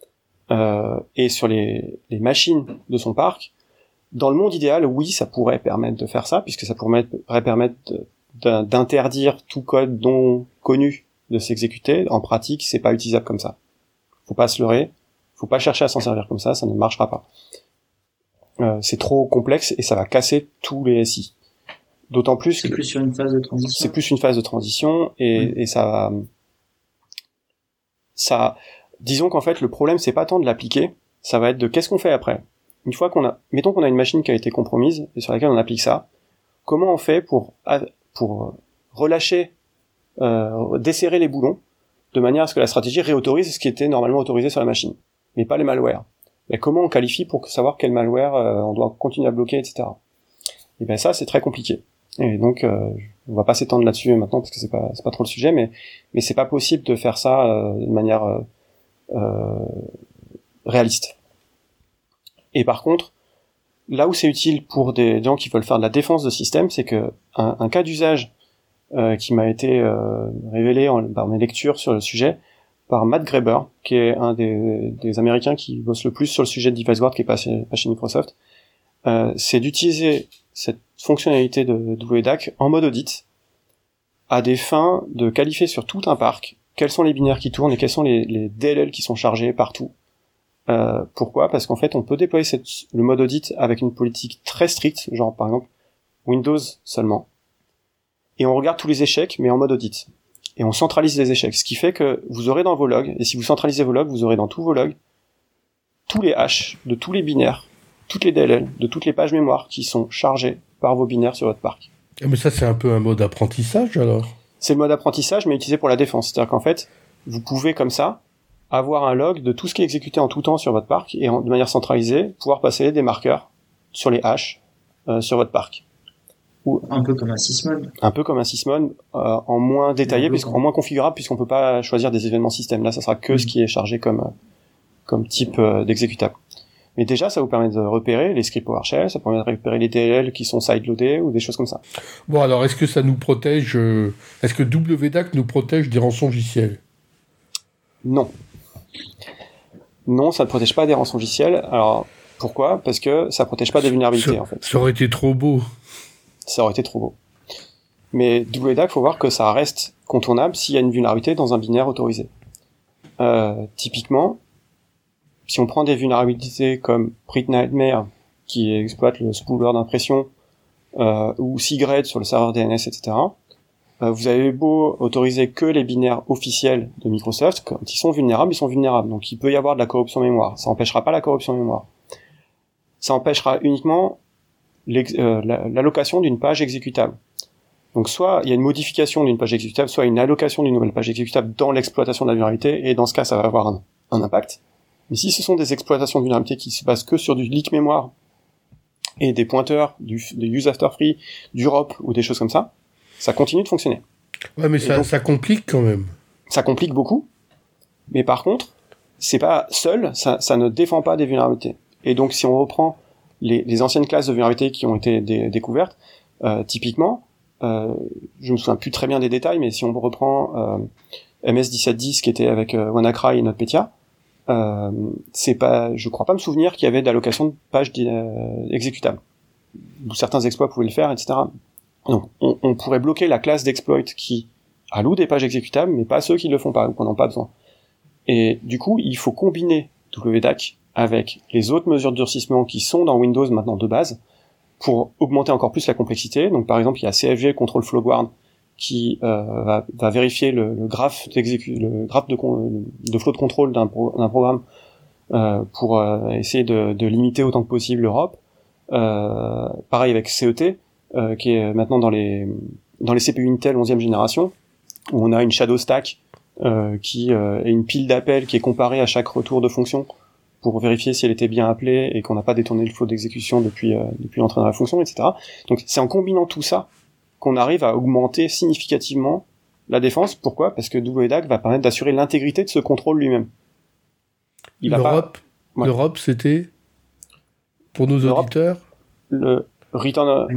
Euh, et sur les, les machines de son parc, dans le monde idéal, oui, ça pourrait permettre de faire ça, puisque ça pourrait permettre de, d'interdire tout code non connu de s'exécuter. En pratique, c'est pas utilisable comme ça. Faut pas se leurrer, faut pas chercher à s'en servir comme ça, ça ne marchera pas. Euh, c'est trop complexe et ça va casser tous les S I. D'autant plus c'est que plus sur une phase de transition. C'est plus une phase de transition et, mmh. et ça, ça, disons qu'en fait le problème c'est pas tant de l'appliquer, ça va être de qu'est-ce qu'on fait après. Une fois qu'on a, mettons qu'on a une machine qui a été compromise et sur laquelle on applique ça, comment on fait pour pour relâcher, euh, desserrer les boulons de manière à ce que la stratégie réautorise ce qui était normalement autorisé sur la machine, mais pas les malwares. Mais comment on qualifie pour savoir quel malware euh, on doit continuer à bloquer, et cetera. Et ben ça c'est très compliqué. Et donc euh, on va pas s'étendre là-dessus maintenant parce que c'est pas c'est pas trop le sujet, mais mais c'est pas possible de faire ça euh, de manière euh, euh, réaliste. Et par contre, là où c'est utile pour des gens qui veulent faire de la défense de système, c'est que un, un cas d'usage euh, qui m'a été euh, révélé en, par mes lectures sur le sujet par Matt Graeber, qui est un des, des Américains qui bosse le plus sur le sujet de DeviceGuard, qui est pas chez, pas chez Microsoft, euh, c'est d'utiliser cette fonctionnalité de W D A C en mode audit à des fins de qualifier sur tout un parc quels sont les binaires qui tournent et quels sont les, les D L L qui sont chargés partout. Euh, pourquoi ? Parce qu'en fait, on peut déployer cette, le mode audit avec une politique très stricte, genre par exemple Windows seulement, et on regarde tous les échecs, mais en mode audit. Et on centralise les échecs, ce qui fait que vous aurez dans vos logs, et si vous centralisez vos logs, vous aurez dans tous vos logs tous les hashes de tous les binaires, toutes les D L L, de toutes les pages mémoire qui sont chargées par vos binaires sur votre parc. Mais ça, c'est un peu un mode apprentissage, alors ? C'est le mode apprentissage, mais utilisé pour la défense. C'est-à-dire qu'en fait, vous pouvez comme ça avoir un log de tout ce qui est exécuté en tout temps sur votre parc, et en, de manière centralisée, pouvoir passer des marqueurs sur les hashes euh, sur votre parc. Ou un peu comme un sysmon. Un peu comme un sysmon, euh, en moins détaillé, puisqu'en moins configurable, puisqu'on peut pas choisir des événements système. Là, ça sera que mmh. ce qui est chargé comme comme type euh, d'exécutable. Mais déjà, ça vous permet de repérer les scripts PowerShell, ça permet de repérer les D L L qui sont sideloadés ou des choses comme ça. Bon, alors, est-ce que ça nous protège euh, Est-ce que W D A C nous protège des rançongiciels ? Non. Non, ça ne protège pas des rançons logiciels. Alors, pourquoi ? Parce que ça protège pas des vulnérabilités, ça, en fait. Ça aurait été trop beau. Ça aurait été trop beau. Mais W D A C, faut voir que ça reste contournable s'il y a une vulnérabilité dans un binaire autorisé. Euh, typiquement, si on prend des vulnérabilités comme Print Nightmare, qui exploite le spooler d'impression, euh, ou Seagred sur le serveur D N S, et cetera, euh, vous avez beau autoriser que les binaires officiels de Microsoft, quand ils sont vulnérables, ils sont vulnérables. Donc il peut y avoir de la corruption mémoire. Ça empêchera pas la corruption mémoire. Ça empêchera uniquement euh, l'allocation d'une page exécutable. Donc soit il y a une modification d'une page exécutable, soit une allocation d'une nouvelle page exécutable dans l'exploitation de la vulnérabilité, et dans ce cas ça va avoir un, un impact. Mais si ce sont des exploitations de vulnérabilité qui se basent que sur du leak mémoire, et des pointeurs, du, des use after free, du R O P ou des choses comme ça, ça continue de fonctionner. Ouais, mais ça, donc, ça complique quand même. Ça complique beaucoup, mais par contre, c'est pas seul, ça, ça ne défend pas des vulnérabilités. Et donc si on reprend les, les anciennes classes de vulnérabilités qui ont été dé, découvertes, euh, typiquement, Euh, je me souviens plus très bien des détails, mais si on reprend euh, M S dix-sept dix qui était avec euh, WannaCry et NotPetya, euh, c'est pas, je crois pas me souvenir qu'il y avait d'allocation de pages euh, exécutables. Où certains exploits pouvaient le faire, et cetera. Donc, on, on pourrait bloquer la classe d'exploit qui alloue des pages exécutables, mais pas ceux qui le font pas ou qui n'en ont pas besoin. Et du coup, il faut combiner W D A C avec les autres mesures de durcissement qui sont dans Windows maintenant de base, pour augmenter encore plus la complexité. Donc par exemple, il y a C F G, Control Flow Guard, qui euh, va, va vérifier le, le graphe d'exécu- le graphe de, con- de flow de contrôle d'un, pro- d'un programme euh, pour euh, essayer de, de limiter autant que possible le R O P. Euh, pareil avec C E T, euh, qui est maintenant dans les dans les C P U Intel onzième génération, où on a une shadow stack euh, qui euh, est une pile d'appels qui est comparée à chaque retour de fonction pour vérifier si elle était bien appelée et qu'on n'a pas détourné le flow d'exécution depuis euh, depuis l'entrée dans la fonction, et cetera. Donc c'est en combinant tout ça qu'on arrive à augmenter significativement la défense. Pourquoi ? Parce que W D A C va permettre d'assurer l'intégrité de ce contrôle lui-même. Il L'Europe, pas... ouais. L'Europe, c'était pour nos L'Europe, auditeurs le return on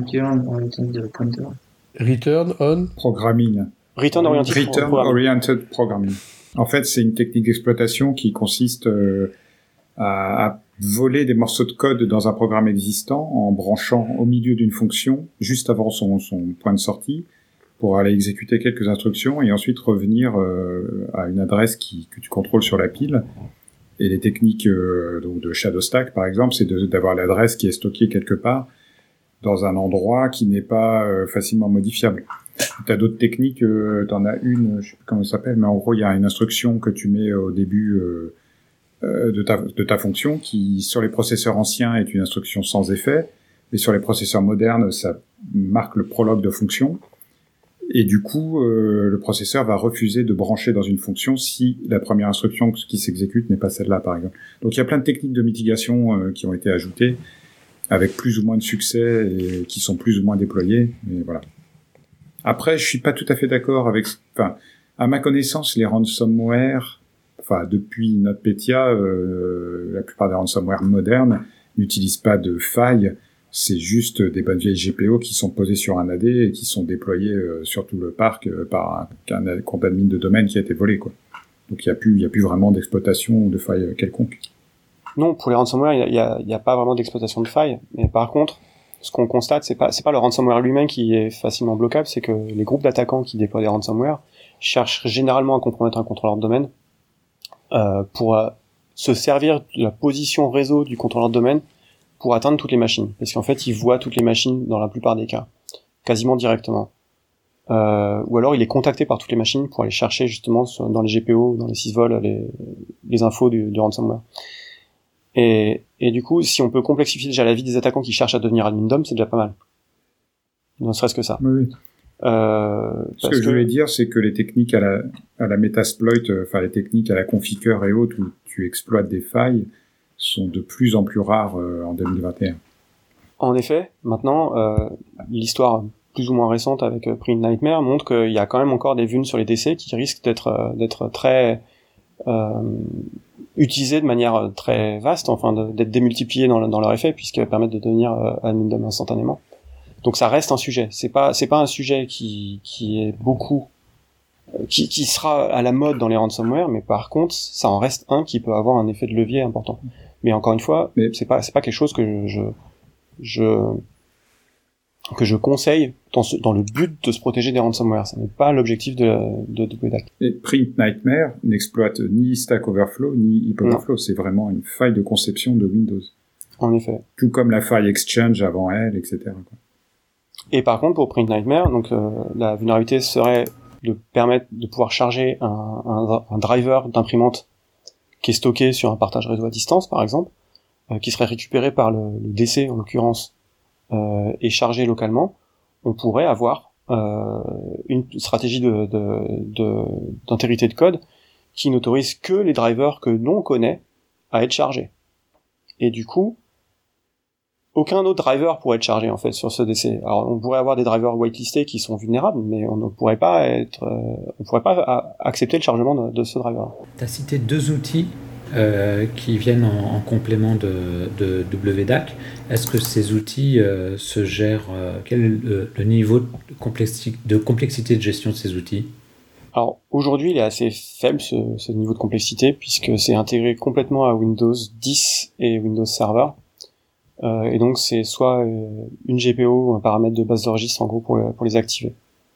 return on programming. Return oriented, return programming. oriented programming. En fait, c'est une technique d'exploitation qui consiste euh, À, à voler des morceaux de code dans un programme existant en branchant au milieu d'une fonction juste avant son, son point de sortie pour aller exécuter quelques instructions et ensuite revenir euh, à une adresse qui, que tu contrôles sur la pile. Et les techniques euh, donc de Shadow Stack, par exemple, c'est de, d'avoir l'adresse qui est stockée quelque part dans un endroit qui n'est pas euh, facilement modifiable. Tu as d'autres techniques, euh, tu en as une, je sais plus comment ça s'appelle, mais en gros, il y a une instruction que tu mets au début euh, de ta, de ta fonction qui, sur les processeurs anciens, est une instruction sans effet, et sur les processeurs modernes, ça marque le prologue de fonction, et du coup, euh, le processeur va refuser de brancher dans une fonction si la première instruction qui s'exécute n'est pas celle-là, par exemple. Donc il y a plein de techniques de mitigation euh, qui ont été ajoutées, avec plus ou moins de succès, et qui sont plus ou moins déployées, mais voilà. Après, je suis pas tout à fait d'accord avec... Enfin, à ma connaissance, les ransomware... Enfin, depuis NotPetya, euh, la plupart des ransomware modernes n'utilisent pas de failles, c'est juste des bonnes vieilles G P O qui sont posées sur un A D et qui sont déployées euh, sur tout le parc euh, par un, un compte admin de domaine qui a été volé, quoi. Donc il y a plus, il y a plus vraiment d'exploitation ou de faille quelconque. Non, pour les ransomware, il y a, il y a pas vraiment d'exploitation de failles, mais par contre, ce qu'on constate, c'est pas, c'est pas le ransomware lui-même qui est facilement bloquable, c'est que les groupes d'attaquants qui déploient des ransomware cherchent généralement à compromettre un contrôleur de domaine. Euh, pour euh, se servir de la position réseau du contrôleur de domaine pour atteindre toutes les machines. Parce qu'en fait, il voit toutes les machines dans la plupart des cas, quasiment directement. Euh, ou alors, il est contacté par toutes les machines pour aller chercher justement sur, dans les G P O, dans les sysvols, les, les infos du, du ransomware. Et, et du coup, si on peut complexifier déjà la vie des attaquants qui cherchent à devenir admin dom, c'est déjà pas mal. Ne serait-ce que ça. Oui, oui. Euh, Ce que, que je voulais dire, c'est que les techniques à la, à la Metasploit, enfin euh, les techniques à la configure et autres où tu exploites des failles sont de plus en plus rares euh, en deux mille vingt et un. En effet, maintenant, euh, l'histoire plus ou moins récente avec euh, Print Nightmare montre qu'il y a quand même encore des vulnes sur les D C qui risquent d'être euh, d'être très euh, utilisées de manière très vaste, enfin de, d'être démultipliées dans, dans leur effet puisqu'elles permettent de devenir euh, admin dom instantanément. Donc ça reste un sujet. C'est pas c'est pas un sujet qui qui est beaucoup qui, qui sera à la mode dans les ransomware, mais par contre, ça en reste un qui peut avoir un effet de levier important. Mais encore une fois, mais c'est pas c'est pas quelque chose que je je que je conseille dans, ce, dans le but de se protéger des ransomware. Ça n'est pas l'objectif de, de, de W D A C. Et Print Nightmare n'exploite ni Stack Overflow ni Heap Overflow. C'est vraiment une faille de conception de Windows. En effet. Tout comme la faille Exchange avant elle, et cetera. Quoi. Et par contre, pour Print Nightmare, donc euh, la vulnérabilité serait de permettre de pouvoir charger un, un, un driver d'imprimante qui est stocké sur un partage réseau à distance, par exemple, euh, qui serait récupéré par le, le D C, en l'occurrence, euh, et chargé localement. On pourrait avoir euh, une stratégie de, de, de, d'intégrité de code qui n'autorise que les drivers que l'on connaît à être chargés. Et du coup, aucun autre driver pourrait être chargé en fait sur ce D C. Alors on pourrait avoir des drivers whitelistés qui sont vulnérables, mais on ne pourrait pas être, euh, on pourrait pas a- accepter le chargement de, de ce driver. Tu as cité deux outils euh, qui viennent en, en complément de, de W D A C. Est-ce que ces outils euh, se gèrent euh, Quel est le, le niveau de complexi- de complexité de gestion de ces outils? Alors aujourd'hui, il est assez faible ce, ce niveau de complexité puisque c'est intégré complètement à Windows dix et Windows Server. Euh, et donc c'est soit euh, une G P O ou un paramètre de base de registre en gros pour, pour les activer.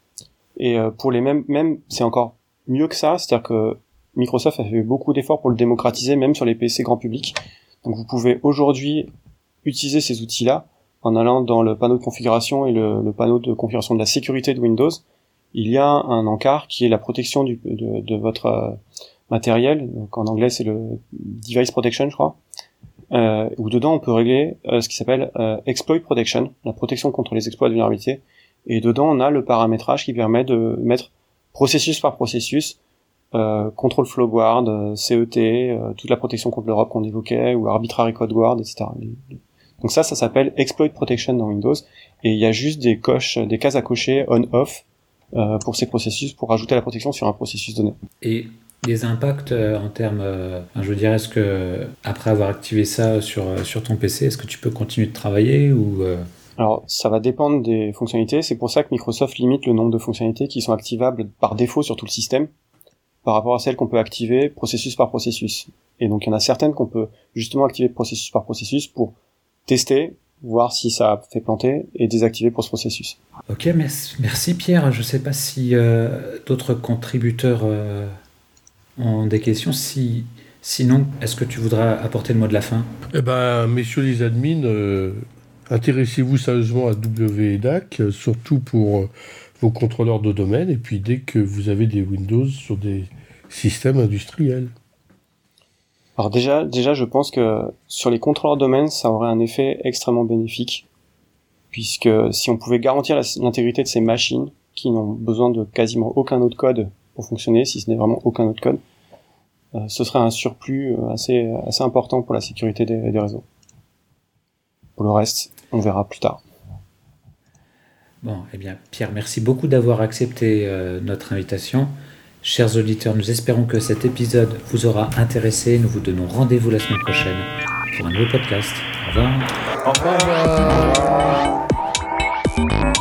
Et euh, pour les mêmes, même c'est encore mieux que ça, c'est-à-dire que Microsoft a fait beaucoup d'efforts pour le démocratiser même sur les P C grand public. Donc vous pouvez aujourd'hui utiliser ces outils-là en allant dans le panneau de configuration et le, le panneau de configuration de la sécurité de Windows. Il y a un encart qui est la protection du, de, de votre euh, matériel. Donc en anglais c'est le Device Protection, je crois. Euh, où dedans on peut régler euh, ce qui s'appelle euh, Exploit Protection, la protection contre les exploits de vulnérabilité. Et dedans on a le paramétrage qui permet de mettre processus par processus, euh, control flow guard, euh, C E T, euh, toute la protection contre l'Europe qu'on évoquait, ou arbitrary code guard, et cetera. Donc ça, ça s'appelle Exploit Protection dans Windows. Et il y a juste des coches, des cases à cocher on/off euh, pour ces processus, pour rajouter la protection sur un processus donné. Et les impacts euh, en termes, euh, je veux dire, est-ce que après avoir activé ça sur sur ton P C, est-ce que tu peux continuer de travailler ou euh... Alors ça va dépendre des fonctionnalités. C'est pour ça que Microsoft limite le nombre de fonctionnalités qui sont activables par défaut sur tout le système, par rapport à celles qu'on peut activer processus par processus. Et donc il y en a certaines qu'on peut justement activer processus par processus pour tester, voir si ça fait planter et désactiver pour ce processus. Ok, merci, merci Pierre. Je ne sais pas si euh, d'autres contributeurs euh, ont des questions. Si, sinon, est-ce que tu voudras apporter le mot de la fin? Eh ben, messieurs les admins, euh, intéressez-vous sérieusement à W D A C, surtout pour euh, vos contrôleurs de domaine, et puis dès que vous avez des Windows sur des systèmes industriels. Alors déjà, déjà, je pense que sur les contrôleurs de domaine, ça aurait un effet extrêmement bénéfique, puisque si on pouvait garantir la, l'intégrité de ces machines, qui n'ont besoin de quasiment aucun autre code pour fonctionner, si ce n'est vraiment aucun autre code, euh, ce serait un surplus assez, assez important pour la sécurité des, des réseaux. Pour le reste, on verra plus tard. Bon, eh bien, Pierre, merci beaucoup d'avoir accepté euh, notre invitation. Chers auditeurs, nous espérons que cet épisode vous aura intéressé. Nous vous donnons rendez-vous la semaine prochaine pour un nouveau podcast. Au revoir. Au revoir. Au revoir.